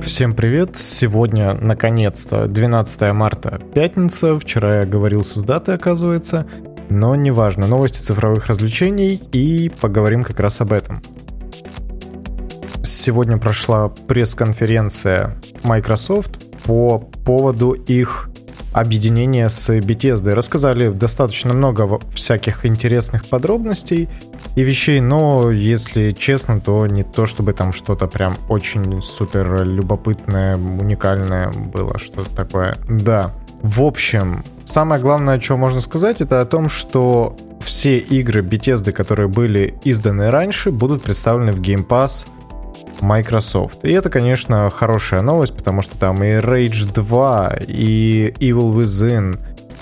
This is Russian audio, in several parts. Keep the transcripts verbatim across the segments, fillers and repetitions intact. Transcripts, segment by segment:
Всем привет! Сегодня, наконец-то, двенадцатое марта, пятница. Вчера я говорил с датой, оказывается. Но неважно, новости цифровых развлечений, и поговорим как раз об этом. Сегодня прошла пресс-конференция Microsoft по поводу их объединения с Bethesda. Рассказали достаточно много всяких интересных подробностей и вещей, но, если честно, то не то, чтобы там что-то прям очень супер любопытное, уникальное было, что-то такое. Да. В общем, самое главное, что можно сказать, это о том, что все игры Bethesda, которые были изданы раньше, будут представлены в Game Pass Microsoft. И это, конечно, хорошая новость, потому что там и Rage два, и Evil Within,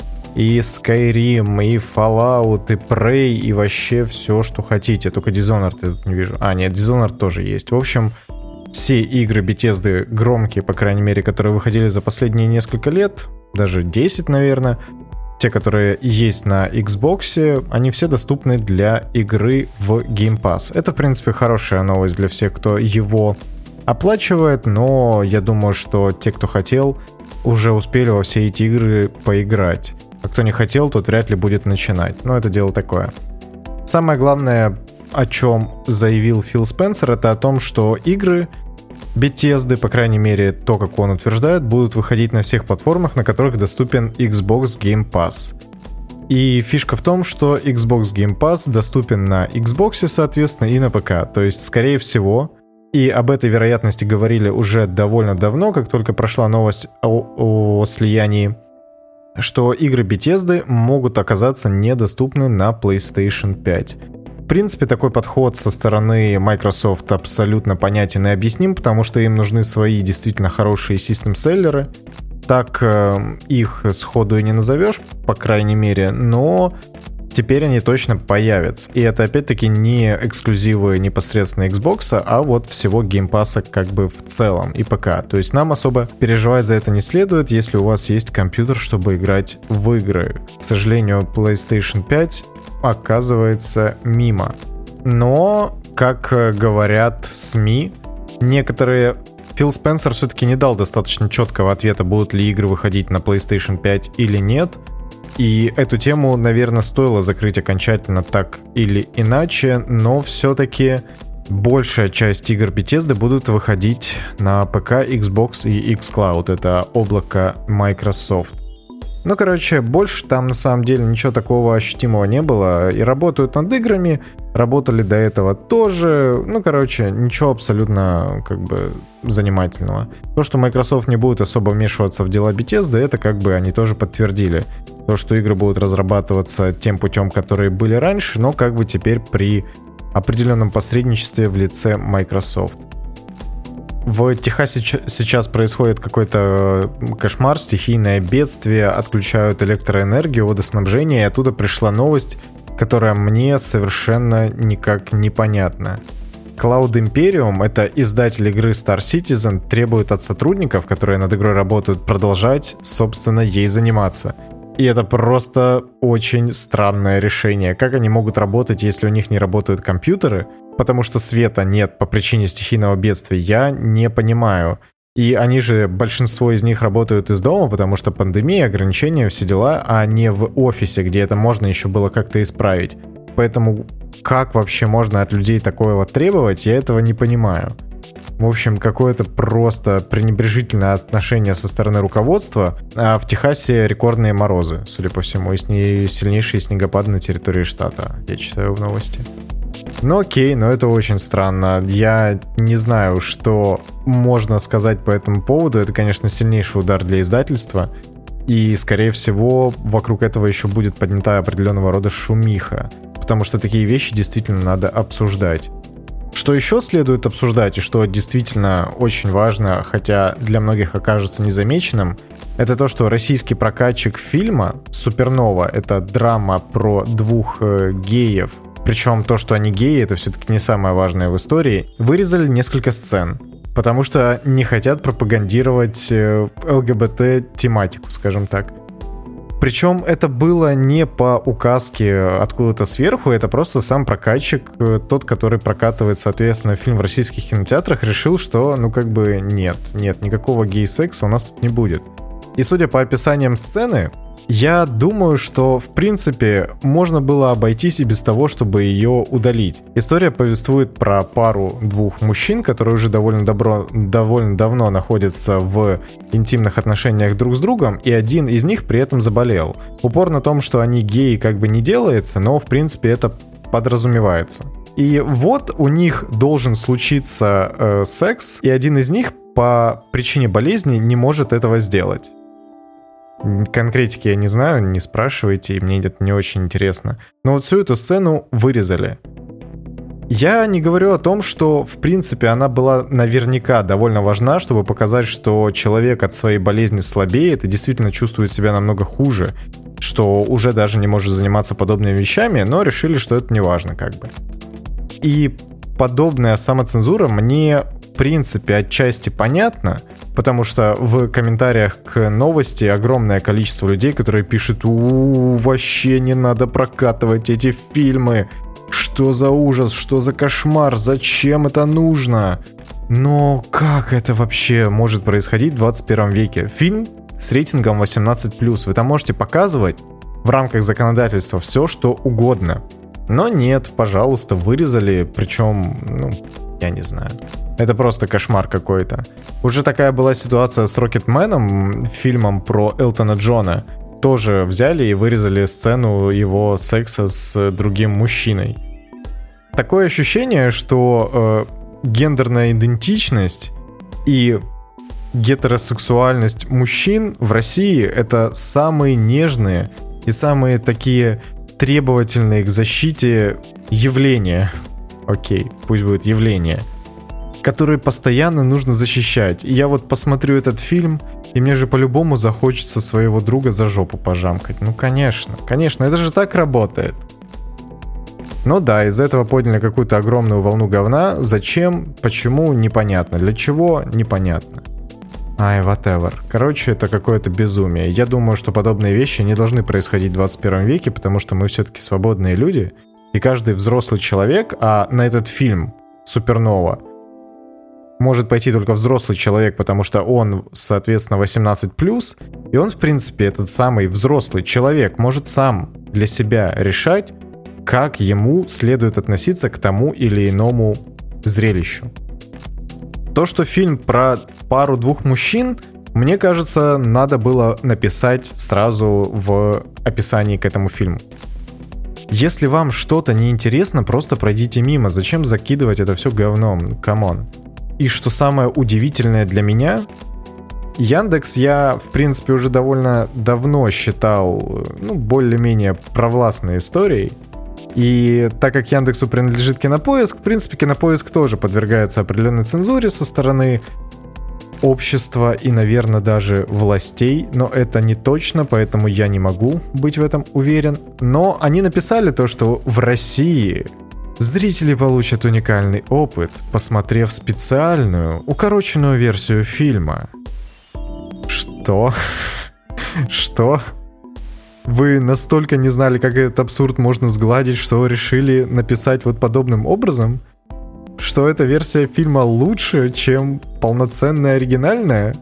и Skyrim, и Fallout, и Prey, и вообще все, что хотите. Только Dishonored я тут не вижу. А, нет, Dishonored тоже есть. В общем, все игры Bethesda громкие, по крайней мере, которые выходили за последние несколько лет, даже десять, наверное, те, которые есть на Xbox, они все доступны для игры в Game Pass. Это, в принципе, хорошая новость для всех, кто его оплачивает, но я думаю, что те, кто хотел, уже успели во все эти игры поиграть. А кто не хотел, тот вряд ли будет начинать. Но это дело такое. Самое главное, о чем заявил Фил Спенсер, это о том, что игры Bethesda, по крайней мере, то, как он утверждает, будут выходить на всех платформах, на которых доступен Xbox Game Pass. И фишка в том, что Xbox Game Pass доступен на Xbox, соответственно, и на ПК. То есть, скорее всего, и об этой вероятности говорили уже довольно давно, как только прошла новость о, о слиянии, что игры Bethesda могут оказаться недоступны на PlayStation пять. В принципе, такой подход со стороны Microsoft абсолютно понятен и объясним, потому что им нужны свои действительно хорошие систем-селлеры. Так э, их сходу и не назовешь, по крайней мере, но теперь они точно появятся. И это опять-таки не эксклюзивы непосредственно Xbox, а вот всего Game Pass как бы в целом и ПК. То есть нам особо переживать за это не следует, если у вас есть компьютер, чтобы играть в игры. К сожалению, PlayStation пять оказывается мимо. Но, как говорят СМИ, некоторые... Фил Спенсер все-таки не дал достаточно четкого ответа, будут ли игры выходить на PlayStation пять или нет. И эту тему, наверное, стоило закрыть окончательно так или иначе, но все-таки большая часть игр Bethesda будут выходить на ПК, Xbox и xCloud. Это облако Microsoft. Ну, короче, больше там на самом деле ничего такого ощутимого не было. И работают над играми, работали до этого тоже. Ну, короче, ничего абсолютно как бы занимательного. То, что Microsoft не будет особо вмешиваться в дела Bethesda, это как бы они тоже подтвердили. То, что игры будут разрабатываться тем путем, которые были раньше, но как бы теперь при определенном посредничестве в лице Microsoft. В Техасе сейчас происходит какой-то кошмар, стихийное бедствие, отключают электроэнергию, водоснабжение, и оттуда пришла новость, которая мне совершенно никак не понятна. Cloud Imperium, это издатель игры Star Citizen, требует от сотрудников, которые над игрой работают, продолжать, собственно, ей заниматься. И это просто очень странное решение. Как они могут работать, если у них не работают компьютеры? Потому что света нет по причине стихийного бедствия, я не понимаю. И они же, большинство из них работают из дома, потому что пандемия, ограничения, все дела, а не в офисе, где это можно еще было как-то исправить. Поэтому как вообще можно от людей такое вот требовать, я этого не понимаю. В общем, какое-то просто пренебрежительное отношение со стороны руководства. А в Техасе рекордные морозы, судя по всему, и сильнейшие снегопады на территории штата. Я читаю в новости. Ну окей, но это очень странно. Я не знаю, что можно сказать по этому поводу. Это, конечно, сильнейший удар для издательства. И, скорее всего, вокруг этого еще будет поднята определенного рода шумиха. Потому что такие вещи действительно надо обсуждать. Что еще следует обсуждать, и что действительно очень важно, хотя для многих окажется незамеченным, это то, что российский прокатчик фильма «Супернова», это драма про двух э, геев, причем то, что они геи, это все-таки не самое важное в истории, вырезали несколько сцен, потому что не хотят пропагандировать э, ЛГБТ-тематику, скажем так. Причем это было не по указке откуда-то сверху, это просто сам прокатчик, тот, который прокатывает, соответственно, фильм в российских кинотеатрах, решил, что, ну, как бы, нет, нет, никакого гей-секса у нас тут не будет. И судя по описаниям сцены, я думаю, что, в принципе, можно было обойтись и без того, чтобы ее удалить. История повествует про пару двух мужчин, которые уже довольно, добро, довольно давно находятся в интимных отношениях друг с другом, и один из них при этом заболел. Упор на том, что они геи, как бы не делается, но, в принципе, это подразумевается. И вот у них должен случиться э, секс, и один из них по причине болезни не может этого сделать. Конкретики я не знаю, не спрашивайте, и мне это не очень интересно. Но вот всю эту сцену вырезали. Я не говорю о том, что, в принципе, она была наверняка довольно важна, чтобы показать, что человек от своей болезни слабеет и действительно чувствует себя намного хуже, что уже даже не может заниматься подобными вещами, но решили, что это не важно, как бы. И подобная самоцензура мне, в принципе, отчасти понятна, потому что в комментариях к новости огромное количество людей, которые пишут: у-у-у, вообще не надо прокатывать эти фильмы, что за ужас, что за кошмар, зачем это нужно? Но как это вообще может происходить в двадцать первом веке? Фильм с рейтингом восемнадцать плюс, вы там можете показывать в рамках законодательства все, что угодно. Но нет, пожалуйста, вырезали, причем, ну, я не знаю. Это просто кошмар какой-то. Уже такая была ситуация с Рокетменом, фильмом про Элтона Джона. Тоже взяли и вырезали сцену его секса с другим мужчиной. Такое ощущение, что э, гендерная идентичность и гетеросексуальность мужчин в России — это самые нежные и самые такие требовательные к защите явления. Окей, пусть будет явление, которые постоянно нужно защищать. И я вот посмотрю этот фильм, и мне же по-любому захочется своего друга за жопу пожамкать. Ну, конечно, конечно, это же так работает. Ну да, из-за этого подняли какую-то огромную волну говна. Зачем, почему, непонятно. Для чего, непонятно. Ай, whatever. Короче, это какое-то безумие. Я думаю, что подобные вещи не должны происходить в двадцать первом веке, потому что мы все-таки свободные люди, и каждый взрослый человек, а на этот фильм «Супернова» может пойти только взрослый человек, потому что он, соответственно, восемнадцать плюс, и он, в принципе, этот самый взрослый человек может сам для себя решать, как ему следует относиться к тому или иному зрелищу. То, что фильм про пару двух мужчин, мне кажется, надо было написать сразу в описании к этому фильму. Если вам что-то неинтересно, просто пройдите мимо. Зачем закидывать это все говном? Камон. И что самое удивительное для меня, Яндекс я, в принципе, уже довольно давно считал, ну, более-менее провластной историей. И так как Яндексу принадлежит Кинопоиск, в принципе, Кинопоиск тоже подвергается определенной цензуре со стороны общества и, наверное, даже властей, но это не точно, поэтому я не могу быть в этом уверен. Но они написали то, что в России зрители получат уникальный опыт, посмотрев специальную, укороченную версию фильма. Что? Что? Вы настолько не знали, как этот абсурд можно сгладить, что решили написать вот подобным образом? Что эта версия фильма лучше, чем полноценная оригинальная?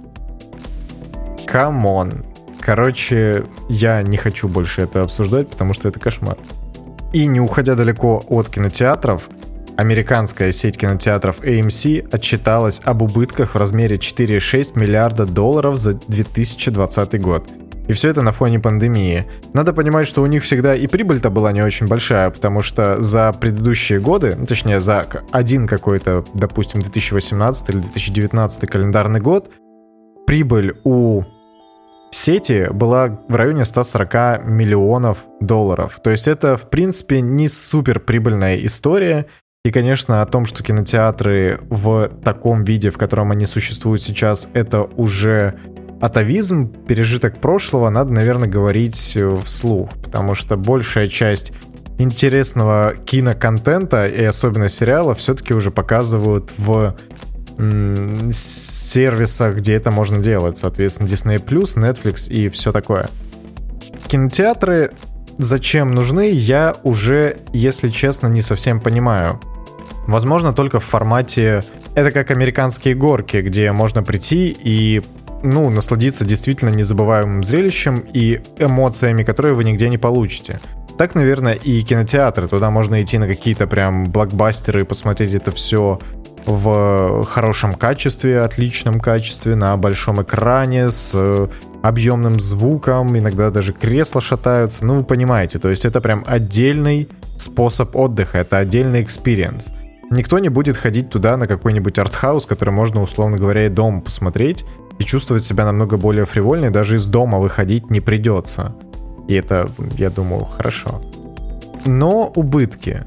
Камон. Короче, я не хочу больше это обсуждать, потому что это кошмар. И не уходя далеко от кинотеатров, американская сеть кинотеатров эй эм си отчиталась об убытках в размере четыре целых шесть десятых миллиарда долларов за две тысячи двадцатый год. И все это на фоне пандемии. Надо понимать, что у них всегда и прибыль-то была не очень большая, потому что за предыдущие годы, ну, точнее за один какой-то, допустим, две тысячи восемнадцатый или две тысячи девятнадцатый календарный год, прибыль у сети была в районе сто сорок миллионов долларов. То есть это, в принципе, не супер прибыльная история. И, конечно, о том, что кинотеатры в таком виде, в котором они существуют сейчас, это уже атовизм, пережиток прошлого, надо, наверное, говорить вслух, потому что большая часть интересного киноконтента и особенно сериалов все-таки уже показывают в м- сервисах, где это можно делать, соответственно, Disney+, Netflix и все такое. кинотеатры зачем нужны, я уже, если честно, не совсем понимаю. Возможно, только в формате... Это как американские горки, где можно прийти и, ну, насладиться действительно незабываемым зрелищем и эмоциями, которые вы нигде не получите. Так, наверное, и кинотеатры. Туда можно идти на какие-то прям блокбастеры и посмотреть это все в хорошем качестве, отличном качестве, на большом экране, с объемным звуком, иногда даже кресла шатаются. Ну, вы понимаете, то есть это прям отдельный способ отдыха, это отдельный экспириенс. Никто не будет ходить туда на какой-нибудь артхаус, который можно, условно говоря, и дома посмотреть и чувствовать себя намного более фривольно, и даже из дома выходить не придется. И это, я думаю, хорошо. Но убытки.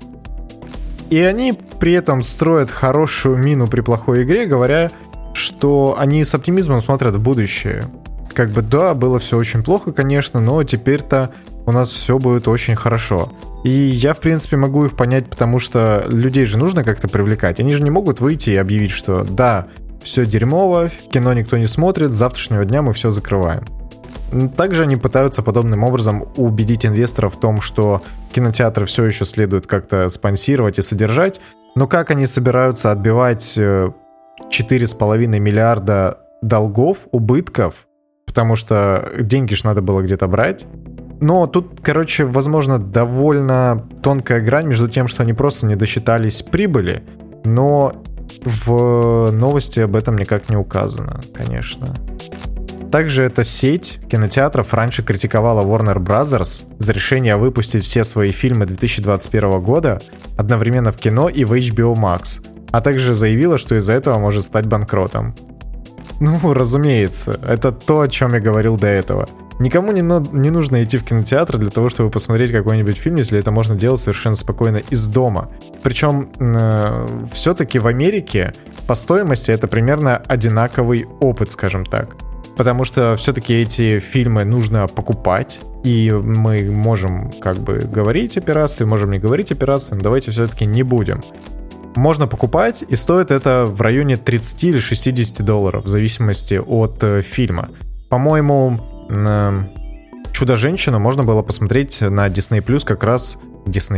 И они при этом строят хорошую мину при плохой игре, говоря, что они с оптимизмом смотрят в будущее. Как бы, да, было все очень плохо, конечно, но теперь-то у нас все будет очень хорошо. И я, в принципе, могу их понять, потому что людей же нужно как-то привлекать. Они же не могут выйти и объявить, что да, все дерьмово, кино никто не смотрит, с завтрашнего дня мы все закрываем. Также они пытаются подобным образом убедить инвесторов в том, что кинотеатры все еще следует как-то спонсировать и содержать. Но как они собираются отбивать четыре с половиной миллиарда долгов, убытков? Потому что деньги ж надо было где-то брать. Но тут, короче, возможно, довольно тонкая грань между тем, что они просто не досчитались прибыли, но в новости об этом никак не указано, конечно. Также эта сеть кинотеатров раньше критиковала Warner Brothers за решение выпустить все свои фильмы две тысячи двадцать первого года одновременно в кино и в эйч би о Max, а также заявила, что из-за этого может стать банкротом. Ну, разумеется, это то, о чем я говорил до этого. Никому не, но, не нужно идти в кинотеатр для того, чтобы посмотреть какой-нибудь фильм, если это можно делать совершенно спокойно из дома. Причем э, все-таки в Америке по стоимости это примерно одинаковый опыт, скажем так. Потому что все-таки эти фильмы нужно покупать, и мы можем как бы говорить о пиратстве, можем не говорить о пиратстве, но давайте все-таки не будем. Можно покупать, и стоит это в районе тридцать или шестьдесят долларов, в зависимости от э, фильма. По-моему, э, «Чудо-женщину» можно было посмотреть на Disney+, как раз Disney+,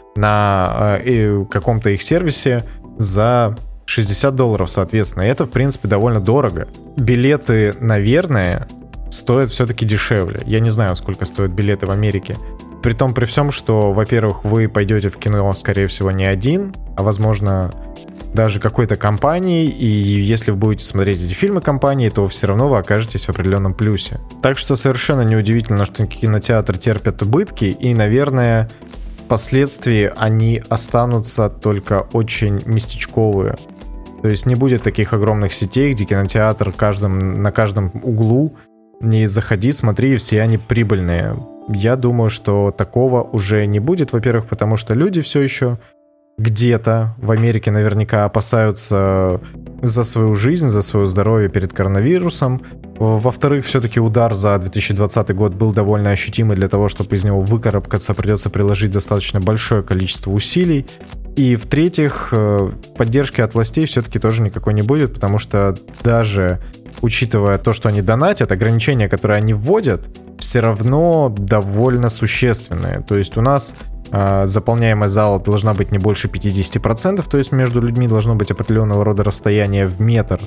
на э, каком-то их сервисе за шестьдесят долларов, соответственно. И это, в принципе, довольно дорого. Билеты, наверное, стоят все-таки дешевле. Я не знаю, сколько стоят билеты в Америке. Притом при всем, что, во-первых, вы пойдете в кино, скорее всего, не один, а, возможно, даже какой-то компанией, и если вы будете смотреть эти фильмы компании, то все равно вы окажетесь в определенном плюсе. Так что совершенно неудивительно, что кинотеатры терпят убытки, и, наверное, впоследствии они останутся только очень местечковые. То есть не будет таких огромных сетей, где кинотеатр каждым, на каждом углу, не заходи, смотри, все они прибыльные. Я думаю, что такого уже не будет, во-первых, потому что люди все еще где-то в Америке наверняка опасаются за свою жизнь, за свое здоровье перед коронавирусом. Во-вторых, все-таки удар за две тысячи двадцатый год был довольно ощутимый. Для того, чтобы из него выкарабкаться, придется приложить достаточно большое количество усилий. И в-третьих, поддержки от властей все-таки тоже никакой не будет, потому что даже учитывая то, что они донатят, ограничения, которые они вводят, все равно довольно существенные. То есть у нас э, заполняемая зала должна быть не больше пятьдесят процентов, то есть между людьми должно быть определенного рода расстояние в метр.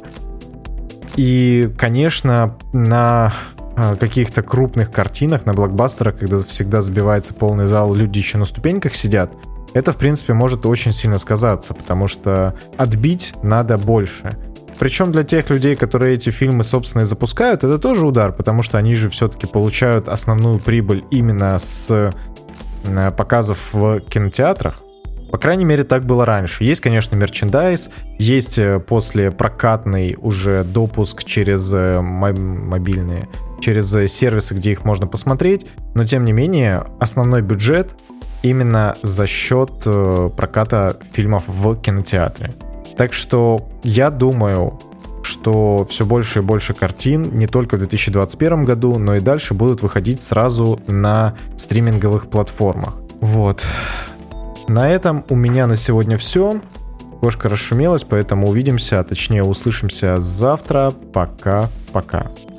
И, конечно, на э, каких-то крупных картинах, на блокбастерах, когда всегда забивается полный зал, люди еще на ступеньках сидят, это, в принципе, может очень сильно сказаться, потому что отбить надо больше. Причем для тех людей, которые эти фильмы, собственно, и запускают, это тоже удар, потому что они же все-таки получают основную прибыль именно с показов в кинотеатрах. По крайней мере, так было раньше. Есть, конечно, мерчендайз, есть после прокатный уже допуск через мобильные, через сервисы, где их можно посмотреть, но, тем не менее, основной бюджет именно за счет проката фильмов в кинотеатре. Так что я думаю, что все больше и больше картин не только в две тысячи двадцать первом году, но и дальше будут выходить сразу на стриминговых платформах. Вот. На этом у меня на сегодня все. Кошка расшумелась, поэтому увидимся, а точнее услышимся завтра. Пока-пока.